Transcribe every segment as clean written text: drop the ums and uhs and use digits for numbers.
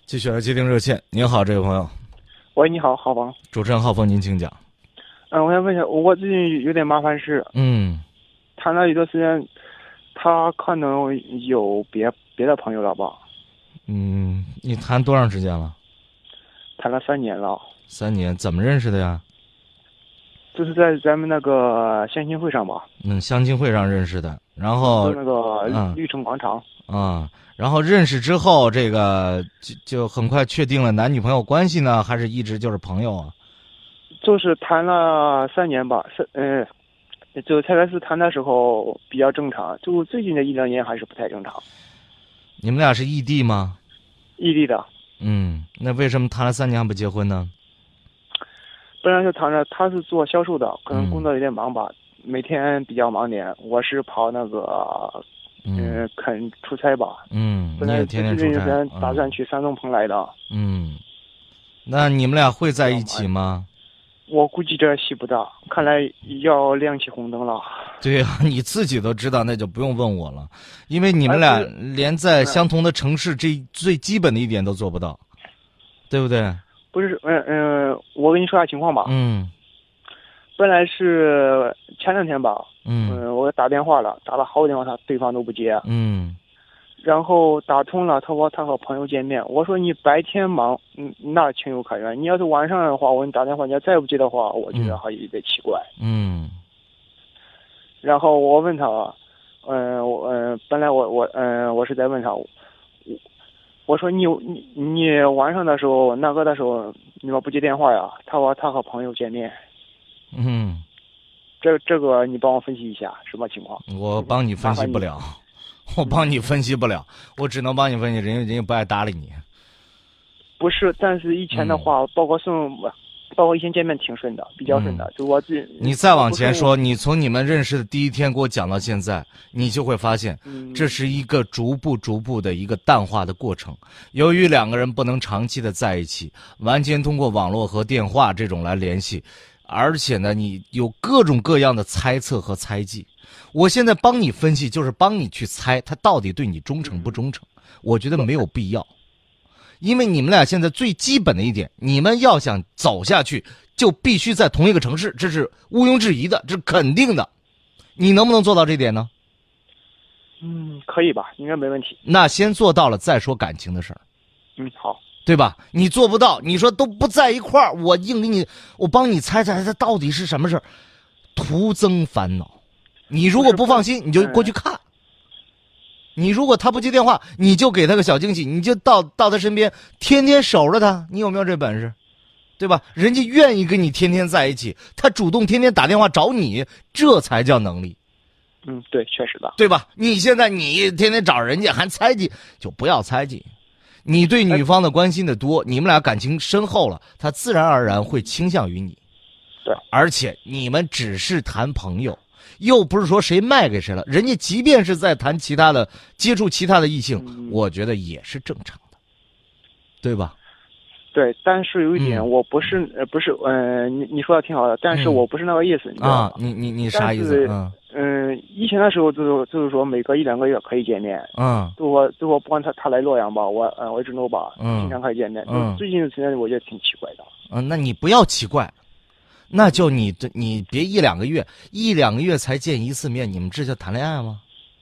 继续来接听热线。您好，这位朋友。 喂，你好，浩峰。 主持人浩峰，您请讲。 我想问一下，我最近有点麻烦事。谈了一段时间，他可能有别的朋友了吧？ 你谈多长时间了？ 谈了3年了。 3年，怎么认识的呀？ 就是在咱们那个相亲会上吧。 相亲会上认识的，然后那个绿城广场。 然后认识之后，这个就很快确定了男女朋友关系呢，还是一直就是朋友啊？ 就是谈了3年吧，就才开始谈的时候比较正常，就最近的1-2年还是不太正常。 你们俩是异地吗？ 异地的。 那为什么谈了3年还不结婚呢？ 本来就谈着，他是做销售的，可能工作有点忙吧，每天比较忙点。我是跑那个，肯出差吧。 你也天天出差。 打算去山东蓬莱的。 那你们俩会在一起吗？ 我估计这戏不大，看来要亮起红灯了。 对呀，你自己都知道，那就不用问我了，因为你们俩连在相同的城市这最基本的一点都做不到，对不对？ 不是，我跟你说下情况吧。本来是前2天吧。我打电话了，打了好多电话，对方都不接。然后打通了，他说他和朋友见面。我说你白天忙，那情有可原。你要是晚上的话，我给你打电话，你要再不接的话，我觉得还有点奇怪。然后我问他，本来我是在问他，我说你晚上的时候那个的时候你怎么不接电话呀？他说他和朋友见面。这个你帮我分析一下什么情况？ 我帮你分析不了。我帮你分析不了，我只能帮你分析，人家不爱搭理你。 不是，但是以前的话，包括以前见面挺顺的，比较顺的。就我你再往前说，你从你们认识的第一天给我讲到现在，你就会发现，这是一个逐步的一个淡化的过程。由于2个人不能长期的在一起，完全通过网络和电话这种来联系，而且呢，你有各种各样的猜测和猜忌。我现在帮你分析，就是帮你去猜他到底对你忠诚不忠诚。我觉得没有必要，因为你们俩现在最基本的一点，你们要想走下去，就必须在同一个城市，这是毋庸置疑的，这是肯定的。你能不能做到这点呢？ 可以吧，应该没问题。 那先做到了再说感情的事儿。 好， 对吧？你做不到，你说都不在一块儿，我硬给你，我帮你猜猜他到底是什么事儿，徒增烦恼。你如果不放心，你就过去看。你如果他不接电话，你就给他个小惊喜，你就到他身边，天天守着他。你有没有这本事？对吧？人家愿意跟你天天在一起，他主动天天打电话找你，这才叫能力。 对，确实的， 对吧？你现在你天天找人家还猜忌，就不要猜忌。你对女方的关心的多，你们俩感情深厚了，他自然而然会倾向于你。 对， 而且你们只是谈朋友。又不是说谁卖给谁了，人家即便是在谈其他的、接触其他的异性，我觉得也是正常的，对吧？ 对，但是有一点，我不是，你说的挺好的，但是我不是那个意思，你知道吗？ 你啥意思？ 以前的时候就是说每隔1-2个月可以见面，就我不管他来洛阳吧，我郑州吧，经常可以见面。最近的时间我觉得挺奇怪的。 那你不要奇怪。那就你别1-2个月，1-2个月才见1次面，你们这叫谈恋爱吗？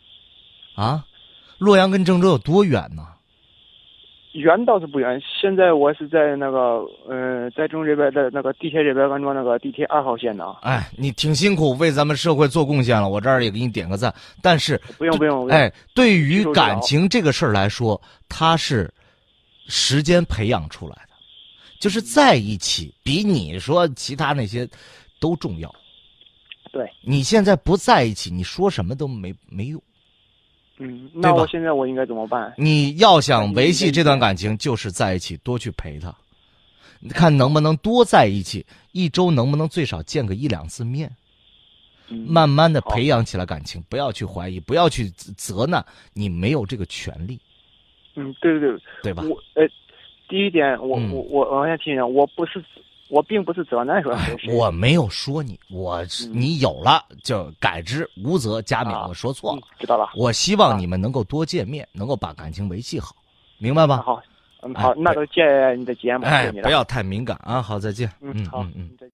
洛阳跟郑州有多远呢？ 远倒是不远，现在我是在那个在郑州这边的那个地铁这边安装那个地铁2号线呢。 你挺辛苦，为咱们社会做贡献了，我这儿也给你点个赞。但是不用。 对于感情这个事儿来说，它是时间培养出来的。就是在一起比你说其他那些都重要。 对， 你现在不在一起，你说什么都没用。 那我现在我应该怎么办？ 你要想维系这段感情，就是在一起多去陪他，看能不能多在一起，1周能不能最少见个1-2次面，慢慢的培养起来感情，不要去怀疑，不要去责难，你没有这个权利。 对吧？ 第一点，我先提醒，我并不是责难说谁。 我没有说你，你有了就改之，无责加勉。我说错了， 知道了。 我希望你们能够多见面，能够把感情维系好，明白吧？ 好，那都谢谢你的节目，谢谢你了。 不要太敏感啊。好，再见。 好，再见。